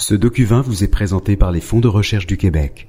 Ce docu-20 vous est présenté par les Fonds de recherche du Québec.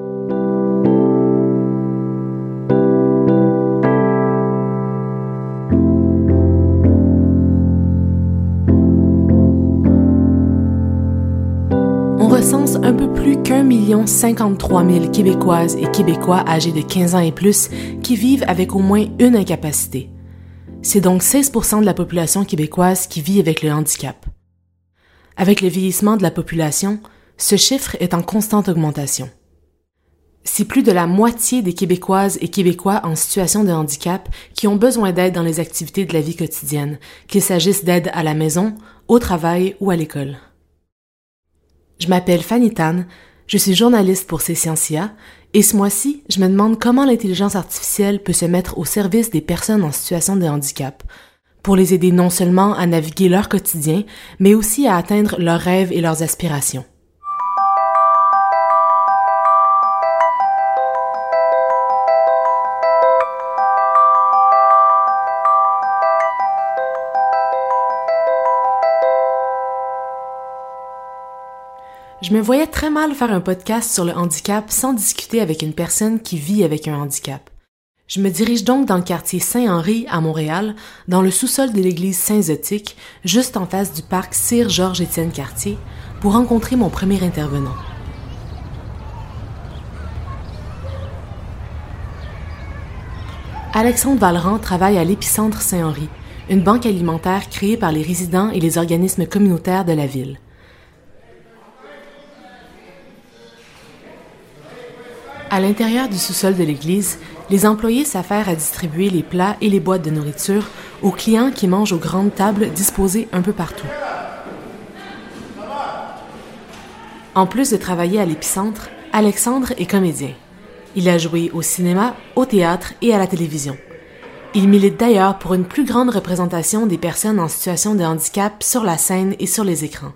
On recense un peu plus qu'1 053 000 Québécoises et Québécois âgés de 15 ans et plus qui vivent avec au moins une incapacité. C'est donc 16% de la population québécoise qui vit avec le handicap. Avec le vieillissement de la population, ce chiffre est en constante augmentation. C'est plus de la moitié des Québécoises et Québécois en situation de handicap qui ont besoin d'aide dans les activités de la vie quotidienne, qu'il s'agisse d'aide à la maison, au travail ou à l'école. Je m'appelle Fanny Tan, je suis journaliste pour CScientia, et ce mois-ci, je me demande comment l'intelligence artificielle peut se mettre au service des personnes en situation de handicap, pour les aider non seulement à naviguer leur quotidien, mais aussi à atteindre leurs rêves et leurs aspirations. Je me voyais très mal faire un podcast sur le handicap sans discuter avec une personne qui vit avec un handicap. Je me dirige donc dans le quartier Saint-Henri à Montréal, dans le sous-sol de l'église Saint-Zotique, juste en face du parc Sir-Georges-Étienne-Cartier, pour rencontrer mon premier intervenant. Alexandre Vallerand travaille à l'Épicentre Saint-Henri, une banque alimentaire créée par les résidents et les organismes communautaires de la ville. À l'intérieur du sous-sol de l'église, les employés s'affairent à distribuer les plats et les boîtes de nourriture aux clients qui mangent aux grandes tables disposées un peu partout. En plus de travailler à l'Épicentre, Alexandre est comédien. Il a joué au cinéma, au théâtre et à la télévision. Il milite d'ailleurs pour une plus grande représentation des personnes en situation de handicap sur la scène et sur les écrans.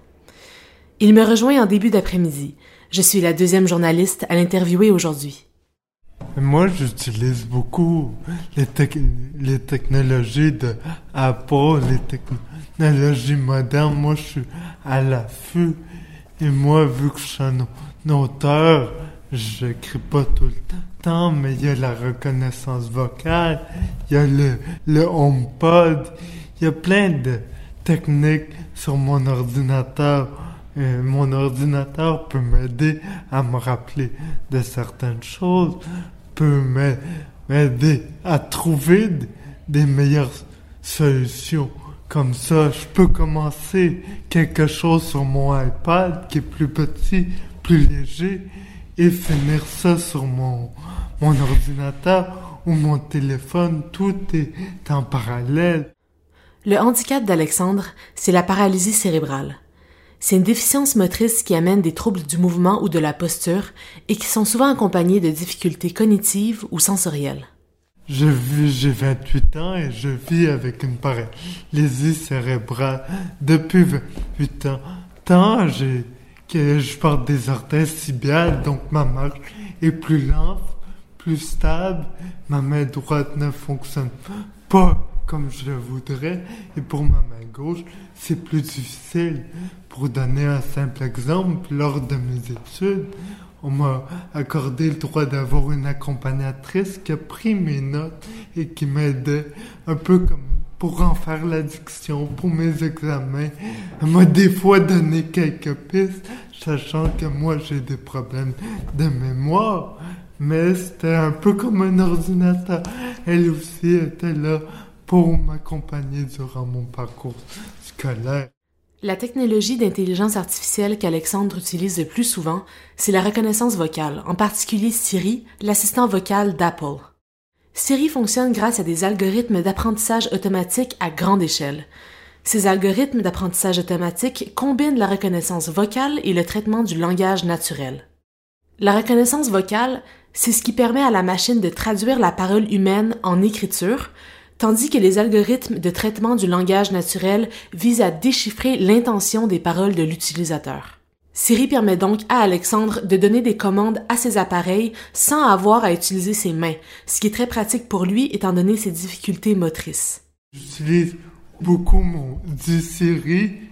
Il me rejoint en début d'après-midi. Je suis la deuxième journaliste à l'interviewer aujourd'hui. Moi, j'utilise beaucoup les technologies de Apple, les technologies modernes. Moi, je suis à l'affût. Et moi, vu que je suis un auteur, j'écris pas tout le temps, mais il y a la reconnaissance vocale, il y a le HomePod, il y a plein de techniques sur mon ordinateur. Mon ordinateur peut m'aider à me rappeler de certaines choses, peut m'aider à trouver des meilleures solutions. Comme ça, je peux commencer quelque chose sur mon iPad qui est plus petit, plus léger, et finir ça sur mon ordinateur ou mon téléphone. Tout est en parallèle. Le handicap d'Alexandre, c'est la paralysie cérébrale. C'est une déficience motrice qui amène des troubles du mouvement ou de la posture et qui sont souvent accompagnés de difficultés cognitives ou sensorielles. J'ai 28 ans et je vis avec une paralysie cérébrale depuis 28 ans. Tant que je porte des orthèses tibiales, donc ma marche est plus lente, plus stable. Ma main droite ne fonctionne pas comme je le voudrais, et pour ma main gauche, c'est plus difficile. Pour donner un simple exemple, lors de mes études, on m'a accordé le droit d'avoir une accompagnatrice qui a pris mes notes et qui m'aidait un peu comme pour en faire la diction pour mes examens. Elle m'a des fois donné quelques pistes, sachant que moi j'ai des problèmes de mémoire, mais c'était un peu comme un ordinateur. Elle aussi était là pour m'accompagner durant mon parcours scolaire. La technologie d'intelligence artificielle qu'Alexandre utilise le plus souvent, c'est la reconnaissance vocale, en particulier Siri, l'assistant vocal d'Apple. Siri fonctionne grâce à des algorithmes d'apprentissage automatique à grande échelle. Ces algorithmes d'apprentissage automatique combinent la reconnaissance vocale et le traitement du langage naturel. La reconnaissance vocale, c'est ce qui permet à la machine de traduire la parole humaine en écriture, tandis que les algorithmes de traitement du langage naturel visent à déchiffrer l'intention des paroles de l'utilisateur. Siri permet donc à Alexandre de donner des commandes à ses appareils sans avoir à utiliser ses mains, ce qui est très pratique pour lui étant donné ses difficultés motrices. J'utilise beaucoup mon Siri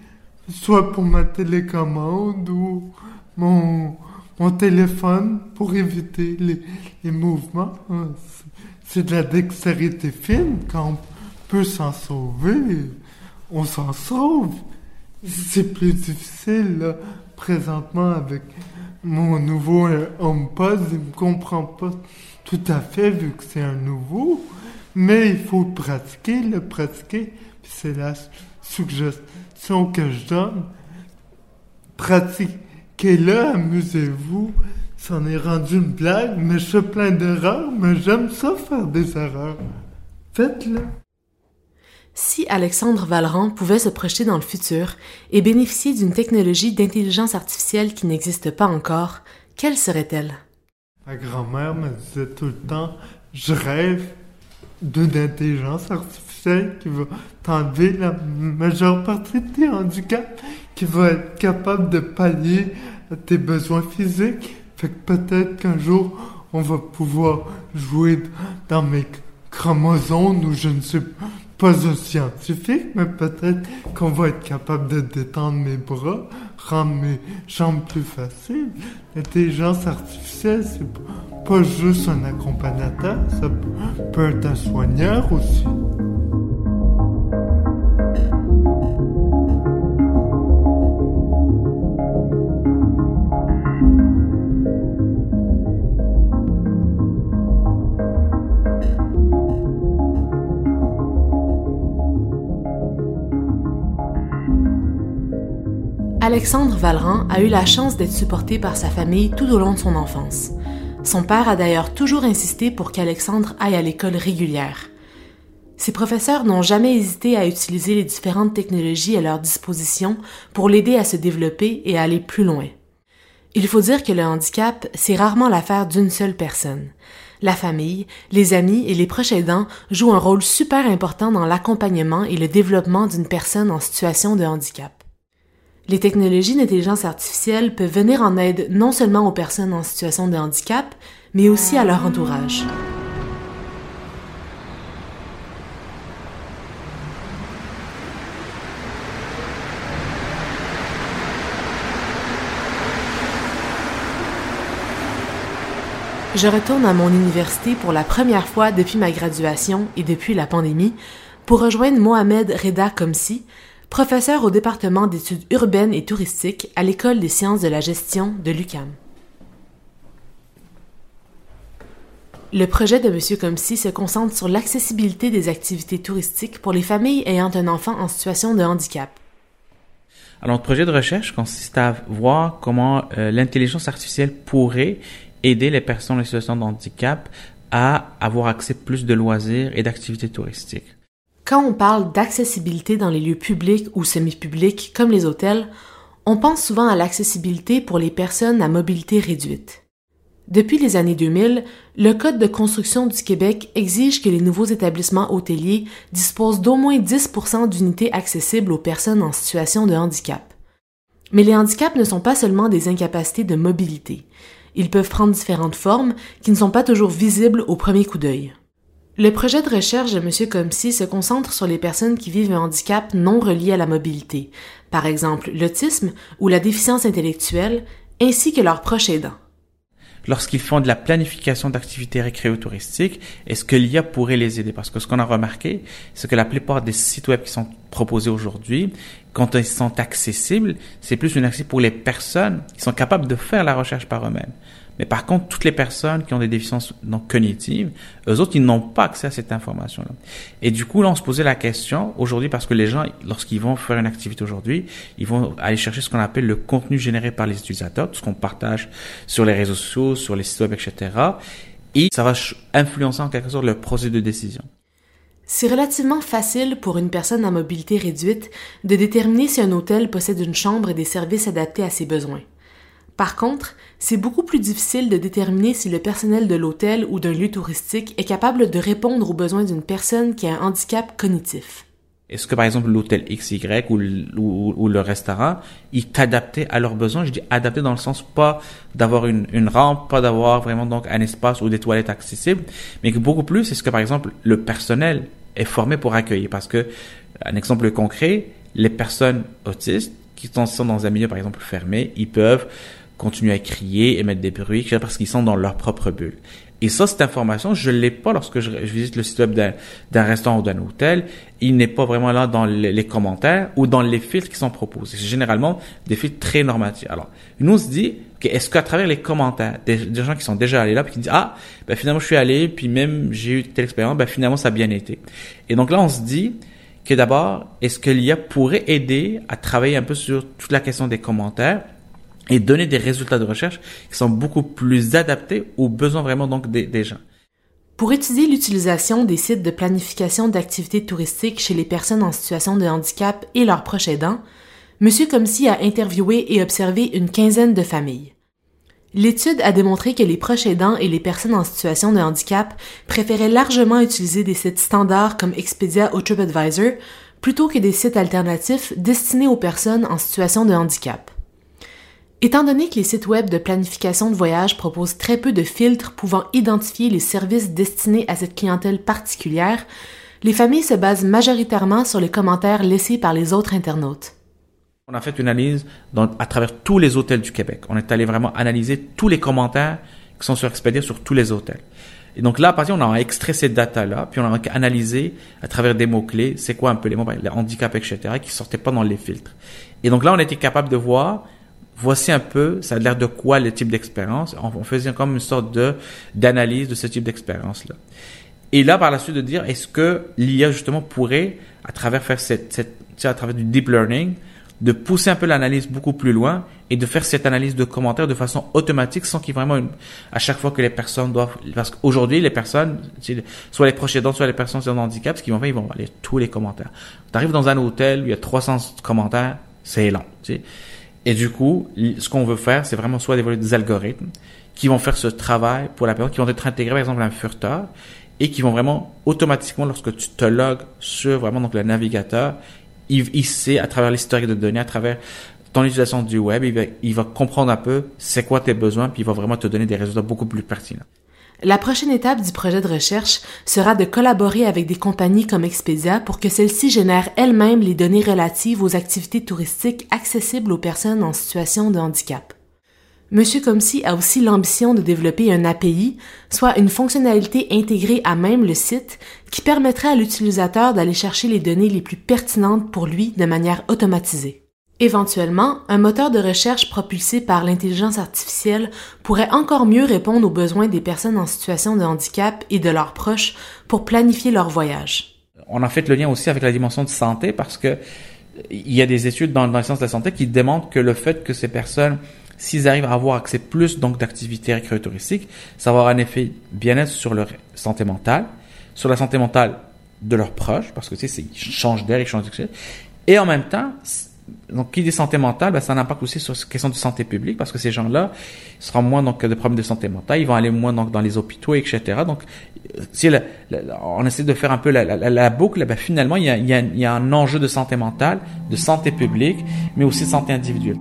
soit pour ma télécommande ou mon téléphone pour éviter les mouvements. C'est de la dextérité fine. Quand on peut s'en sauver, on s'en sauve. C'est plus difficile, là, présentement, avec mon nouveau HomePod. Il me comprend pas tout à fait, vu que c'est un nouveau. Mais il faut le pratiquer. Puis c'est la suggestion que je donne. Pratiquez-le, amusez-vous. C'en est rendu une blague, mais je fais plein d'erreurs, mais j'aime ça faire des erreurs. Faites-le. Si Alexandre Valran pouvait se projeter dans le futur et bénéficier d'une technologie d'intelligence artificielle qui n'existe pas encore, quelle serait-elle? Ma grand-mère me disait tout le temps, je rêve d'une intelligence artificielle qui va t'enlever la majeure partie de tes handicaps, qui va être capable de pallier à tes besoins physiques. Fait que peut-être qu'un jour, on va pouvoir jouer dans mes chromosomes, ou je ne sais pas un scientifique, mais peut-être qu'on va être capable de détendre mes bras, rendre mes jambes plus faciles. L'intelligence artificielle, c'est pas juste un accompagnateur, ça peut être un soigneur aussi. Alexandre Valran a eu la chance d'être supporté par sa famille tout au long de son enfance. Son père a d'ailleurs toujours insisté pour qu'Alexandre aille à l'école régulière. Ses professeurs n'ont jamais hésité à utiliser les différentes technologies à leur disposition pour l'aider à se développer et à aller plus loin. Il faut dire que le handicap, c'est rarement l'affaire d'une seule personne. La famille, les amis et les proches aidants jouent un rôle super important dans l'accompagnement et le développement d'une personne en situation de handicap. Les technologies d'intelligence artificielle peuvent venir en aide non seulement aux personnes en situation de handicap, mais aussi à leur entourage. Je retourne à mon université pour la première fois depuis ma graduation et depuis la pandémie pour rejoindre Mohamed Reda Komsi, professeur au département d'études urbaines et touristiques à l'École des sciences de la gestion de l'UQAM. Le projet de M. Komsi se concentre sur l'accessibilité des activités touristiques pour les familles ayant un enfant en situation de handicap. Alors, notre projet de recherche consiste à voir comment l'intelligence artificielle pourrait aider les personnes en situation de handicap à avoir accès plus de loisirs et d'activités touristiques. Quand on parle d'accessibilité dans les lieux publics ou semi-publics comme les hôtels, on pense souvent à l'accessibilité pour les personnes à mobilité réduite. Depuis les années 2000, le Code de construction du Québec exige que les nouveaux établissements hôteliers disposent d'au moins 10% d'unités accessibles aux personnes en situation de handicap. Mais les handicaps ne sont pas seulement des incapacités de mobilité. Ils peuvent prendre différentes formes qui ne sont pas toujours visibles au premier coup d'œil. Le projet de recherche de M. Komsi se concentre sur les personnes qui vivent un handicap non relié à la mobilité, par exemple l'autisme ou la déficience intellectuelle, ainsi que leurs proches aidants. Lorsqu'ils font de la planification d'activités récréo-touristiques, est-ce que l'IA pourrait les aider? Parce que ce qu'on a remarqué, c'est que la plupart des sites web qui sont proposés aujourd'hui, quand ils sont accessibles, c'est plus une accès pour les personnes qui sont capables de faire la recherche par eux-mêmes. Mais par contre, toutes les personnes qui ont des déficiences cognitives, eux autres, ils n'ont pas accès à cette information-là. Et du coup, là, on se posait la question aujourd'hui parce que les gens, lorsqu'ils vont faire une activité aujourd'hui, ils vont aller chercher ce qu'on appelle le contenu généré par les utilisateurs, tout ce qu'on partage sur les réseaux sociaux, sur les sites web, etc. Et ça va influencer en quelque sorte le processus de décision. C'est relativement facile pour une personne à mobilité réduite de déterminer si un hôtel possède une chambre et des services adaptés à ses besoins. Par contre, c'est beaucoup plus difficile de déterminer si le personnel de l'hôtel ou d'un lieu touristique est capable de répondre aux besoins d'une personne qui a un handicap cognitif. Est-ce que, par exemple, l'hôtel XY ou le restaurant, ils t'adaptaient à leurs besoins? Je dis adapter dans le sens pas d'avoir une rampe, pas d'avoir vraiment donc un espace ou des toilettes accessibles, mais que beaucoup plus, est-ce que, par exemple, le personnel est formé pour accueillir? Parce que, un exemple concret, les personnes autistes qui sont dans un milieu, par exemple, fermé, ils peuvent continuer à crier, émettre des bruits, parce qu'ils sont dans leur propre bulle. Et ça, cette information, je l'ai pas lorsque je visite le site web d'un restaurant ou d'un hôtel. Il n'est pas vraiment là dans les commentaires ou dans les filtres qui sont proposés. C'est généralement des filtres très normatifs. Alors, nous, on se dit, okay, est-ce qu'à travers les commentaires, des gens qui sont déjà allés là, puis qui disent, finalement, je suis allé, puis même, j'ai eu telle expérience, finalement, ça a bien été. Et donc là, on se dit que d'abord, est-ce que l'IA pourrait aider à travailler un peu sur toute la question des commentaires et donner des résultats de recherche qui sont beaucoup plus adaptés aux besoins vraiment donc des gens. Pour étudier l'utilisation des sites de planification d'activités touristiques chez les personnes en situation de handicap et leurs proches aidants, M. Comcy a interviewé et observé une quinzaine de familles. L'étude a démontré que les proches aidants et les personnes en situation de handicap préféraient largement utiliser des sites standards comme Expedia ou TripAdvisor plutôt que des sites alternatifs destinés aux personnes en situation de handicap. Étant donné que les sites web de planification de voyage proposent très peu de filtres pouvant identifier les services destinés à cette clientèle particulière, les familles se basent majoritairement sur les commentaires laissés par les autres internautes. On a fait une analyse à travers tous les hôtels du Québec. On est allé vraiment analyser tous les commentaires qui sont sur Expedia sur tous les hôtels. Et donc là, à partir, on a extrait ces datas-là, puis on a analysé à travers des mots-clés, c'est quoi un peu les mots, le handicap, etc., qui sortaient pas dans les filtres. Et donc là, on a été capable de voir, voici un peu, ça a l'air de quoi le type d'expérience. On faisait comme une sorte d'analyse de ce type d'expérience-là. Et là, par la suite, de dire, est-ce que l'IA, justement, pourrait, à travers faire à travers du deep learning, de pousser un peu l'analyse beaucoup plus loin et de faire cette analyse de commentaires de façon automatique sans qu'il y ait vraiment à chaque fois que les personnes doivent, parce qu'aujourd'hui, les personnes, soit les proches aidants, soit les personnes en handicap, ce qu'ils vont faire, ils vont lire tous les commentaires. Tu arrives dans un hôtel où il y a 300 commentaires, c'est long, tu sais. Et du coup, ce qu'on veut faire, c'est vraiment soit développer des algorithmes qui vont faire ce travail pour la personne, qui vont être intégrés, par exemple, à un furteur, et qui vont vraiment automatiquement, lorsque tu te logs sur vraiment donc le navigateur, il sait à travers l'historique de données, à travers ton utilisation du web, il va comprendre un peu c'est quoi tes besoins, puis il va vraiment te donner des résultats beaucoup plus pertinents. La prochaine étape du projet de recherche sera de collaborer avec des compagnies comme Expedia pour que celles-ci génèrent elles-mêmes les données relatives aux activités touristiques accessibles aux personnes en situation de handicap. M. Comcy a aussi l'ambition de développer un API, soit une fonctionnalité intégrée à même le site, qui permettrait à l'utilisateur d'aller chercher les données les plus pertinentes pour lui de manière automatisée. Éventuellement, un moteur de recherche propulsé par l'intelligence artificielle pourrait encore mieux répondre aux besoins des personnes en situation de handicap et de leurs proches pour planifier leur voyage. On a fait le lien aussi avec la dimension de santé parce que il y a des études dans les sciences de la santé qui démontrent que le fait que ces personnes, s'ils arrivent à avoir accès plus donc d'activités récréotouristiques, ça va avoir un effet bien-être sur leur santé mentale, sur la santé mentale de leurs proches, parce que tu sais, ils changent d'air, ils changent de... Et en même temps, donc qui dit santé mentale, ça a un impact aussi sur la question de santé publique, parce que ces gens-là seront moins donc de problèmes de santé mentale, ils vont aller moins donc dans les hôpitaux, etc. Donc, si on essaie de faire un peu la boucle, finalement, il y a un enjeu de santé mentale, de santé publique, mais aussi de santé individuelle.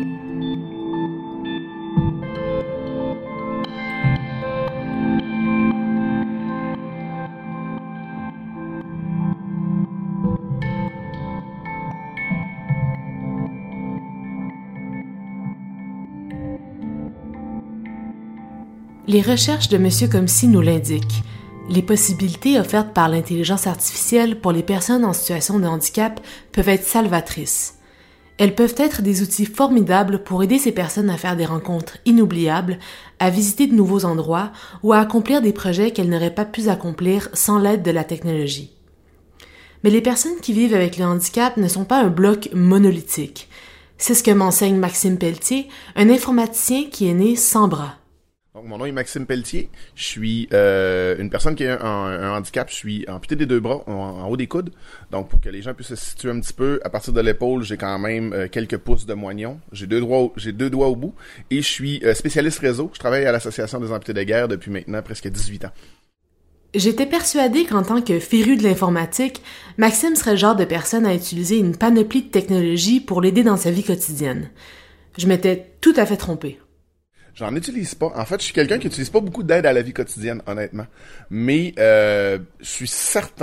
Les recherches de M. Comcy nous l'indiquent. Les possibilités offertes par l'intelligence artificielle pour les personnes en situation de handicap peuvent être salvatrices. Elles peuvent être des outils formidables pour aider ces personnes à faire des rencontres inoubliables, à visiter de nouveaux endroits ou à accomplir des projets qu'elles n'auraient pas pu accomplir sans l'aide de la technologie. Mais les personnes qui vivent avec le handicap ne sont pas un bloc monolithique. C'est ce que m'enseigne Maxime Pelletier, un informaticien qui est né sans bras. Donc, mon nom est Maxime Pelletier. Je suis une personne qui a un handicap. Je suis amputé des deux bras, en haut des coudes. Donc, pour que les gens puissent se situer un petit peu, à partir de l'épaule, j'ai quand même quelques pouces de moignon. J'ai deux doigts au bout. Et je suis spécialiste réseau. Je travaille à l'Association des amputés de guerre depuis maintenant presque 18 ans. J'étais persuadée qu'en tant que féru de l'informatique, Maxime serait le genre de personne à utiliser une panoplie de technologies pour l'aider dans sa vie quotidienne. Je m'étais tout à fait trompée. J'en utilise pas. En fait, je suis quelqu'un qui utilise pas beaucoup d'aide à la vie quotidienne, honnêtement. Mais je suis certain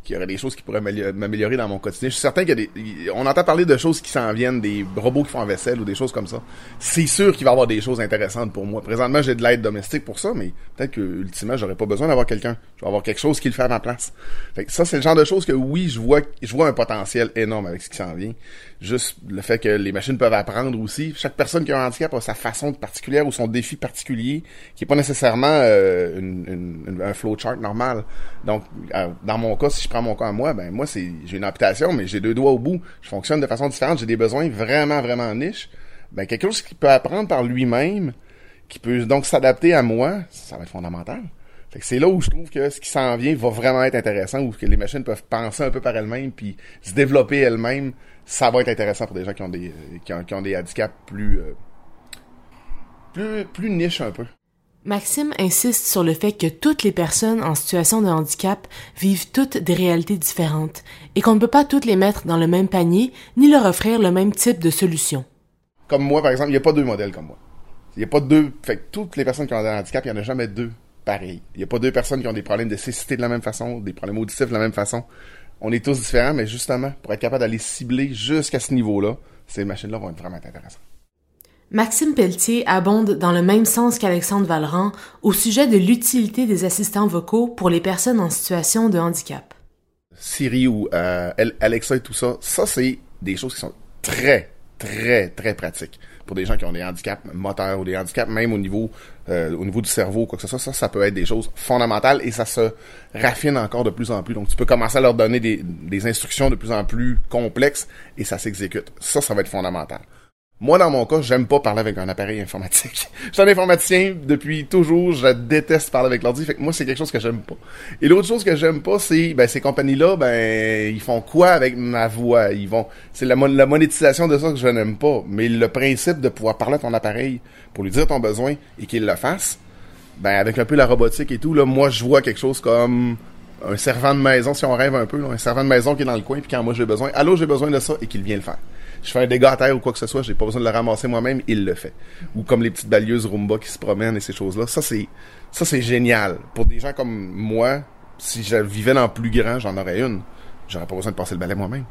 qu'il y aurait des choses qui pourraient m'améliorer dans mon quotidien. Je suis certain on entend parler de choses qui s'en viennent, des robots qui font la vaisselle ou des choses comme ça. C'est sûr qu'il va y avoir des choses intéressantes pour moi. Présentement, j'ai de l'aide domestique pour ça, mais peut-être que ultimement, j'aurais pas besoin d'avoir quelqu'un. Je vais avoir quelque chose qui le fait à ma place. Fait que ça, c'est le genre de choses que oui, je vois un potentiel énorme avec ce qui s'en vient. Juste le fait que les machines peuvent apprendre aussi. Chaque personne qui a un handicap a sa façon particulière ou son défi particulier, qui est pas nécessairement un flowchart normal. Donc, dans mon cas, si je prends mon cas à moi, ben moi j'ai une amputation, mais j'ai 2 doigts au bout. Je fonctionne de façon différente. J'ai des besoins vraiment, vraiment niche. Ben quelque chose qui peut apprendre par lui-même, qui peut donc s'adapter à moi, ça va être fondamental. Fait que c'est là où je trouve que ce qui s'en vient va vraiment être intéressant, où que les machines peuvent penser un peu par elles-mêmes, puis se développer elles-mêmes. Ça va être intéressant pour des gens qui ont des handicaps plus niches un peu. Maxime insiste sur le fait que toutes les personnes en situation de handicap vivent toutes des réalités différentes et qu'on ne peut pas toutes les mettre dans le même panier ni leur offrir le même type de solution. Comme moi, par exemple, il n'y a pas 2 modèles comme moi. Il n'y a pas 2... Fait que toutes les personnes qui ont un handicap, il n'y en a jamais 2 pareils. Il n'y a pas 2 personnes qui ont des problèmes de cécité de la même façon, des problèmes auditifs de la même façon. On est tous différents, mais justement, pour être capable d'aller cibler jusqu'à ce niveau-là, ces machines-là vont être vraiment intéressantes. Maxime Pelletier abonde dans le même sens qu'Alexandre Vallerand au sujet de l'utilité des assistants vocaux pour les personnes en situation de handicap. Siri ou Alexa et tout ça, c'est des choses qui sont très, très, très pratiques pour des gens qui ont des handicaps moteurs ou des handicaps même au niveau du cerveau, quoi que ce soit. Ça peut être des choses fondamentales et ça se raffine encore de plus en plus. Donc, tu peux commencer à leur donner des instructions de plus en plus complexes et ça s'exécute. Ça va être fondamental. Moi, dans mon cas, j'aime pas parler avec un appareil informatique. Je suis un informaticien depuis toujours, je déteste parler avec l'ordi, fait que moi, c'est quelque chose que j'aime pas. Et l'autre chose que j'aime pas, c'est, ces compagnies-là, ils font quoi avec ma voix? C'est la monétisation de ça que je n'aime pas. Mais le principe de pouvoir parler à ton appareil pour lui dire ton besoin et qu'il le fasse, avec un peu la robotique et tout, là, moi, je vois quelque chose comme un servant de maison, si on rêve un peu, là, un servant de maison qui est dans le coin, puis quand moi j'ai besoin, allô, j'ai besoin de ça, et qu'il vient le faire. Je fais un dégât à terre ou quoi que ce soit, j'ai pas besoin de le ramasser moi-même, il le fait. Ou comme les petites balayeuses Roomba qui se promènent et ces choses-là. Ça, c'est génial. Pour des gens comme moi, si je vivais dans plus grand, j'en aurais une. J'aurais pas besoin de passer le balai moi-même.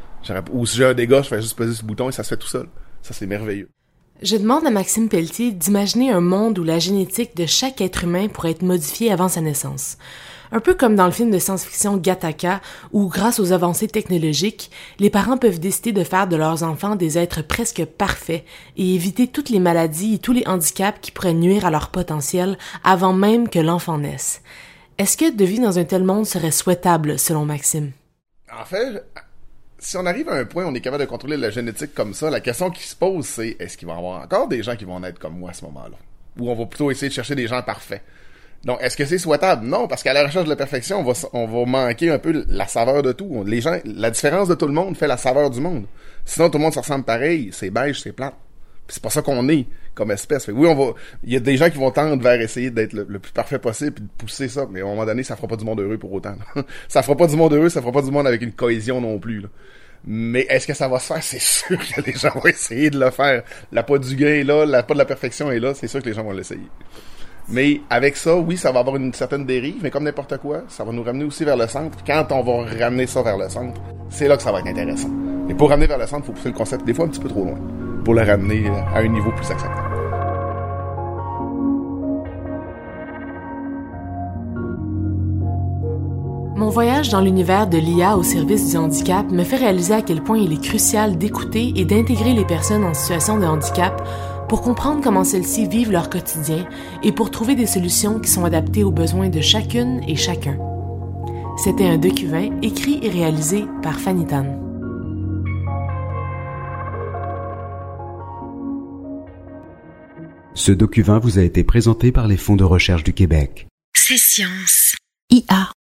Ou si j'ai un dégât, je fais juste peser ce bouton et ça se fait tout seul. Ça, c'est merveilleux. Je demande à Maxime Pelletier d'imaginer un monde où la génétique de chaque être humain pourrait être modifiée avant sa naissance. Un peu comme dans le film de science-fiction Gattaca, où, grâce aux avancées technologiques, les parents peuvent décider de faire de leurs enfants des êtres presque parfaits et éviter toutes les maladies et tous les handicaps qui pourraient nuire à leur potentiel avant même que l'enfant naisse. Est-ce que de vivre dans un tel monde serait souhaitable, selon Maxime? En fait, si on arrive à un point où on est capable de contrôler la génétique comme ça, la question qui se pose, c'est est-ce qu'il va y avoir encore des gens qui vont naître comme moi à ce moment-là? Ou on va plutôt essayer de chercher des gens parfaits? Donc, est-ce que c'est souhaitable? Non, parce qu'à la recherche de la perfection, on va manquer un peu la saveur de tout. Les gens, la différence de tout le monde fait la saveur du monde. Sinon, tout le monde se ressemble pareil. C'est beige, c'est plate. Puis c'est pas ça qu'on est comme espèce. Fait que oui, il y a des gens qui vont tendre vers essayer d'être le plus parfait possible et de pousser ça. Mais à un moment donné, ça fera pas du monde heureux pour autant. Ça fera pas du monde heureux, ça fera pas du monde avec une cohésion non plus, là. Mais est-ce que ça va se faire? C'est sûr que les gens vont essayer de le faire. La pas du gain est là, la pas de la perfection est là. C'est sûr que les gens vont l'essayer. Mais avec ça, oui, ça va avoir une certaine dérive, mais comme n'importe quoi, ça va nous ramener aussi vers le centre. Quand on va ramener ça vers le centre, c'est là que ça va être intéressant. Et pour ramener vers le centre, il faut pousser le concept des fois un petit peu trop loin, pour le ramener à un niveau plus acceptable. Mon voyage dans l'univers de l'IA au service du handicap me fait réaliser à quel point il est crucial d'écouter et d'intégrer les personnes en situation de handicap pour comprendre comment celles-ci vivent leur quotidien et pour trouver des solutions qui sont adaptées aux besoins de chacune et chacun. C'était un docu-20 écrit et réalisé par Fanny Tan. Ce docu-20 vous a été présenté par les Fonds de recherche du Québec. C'est science. IA.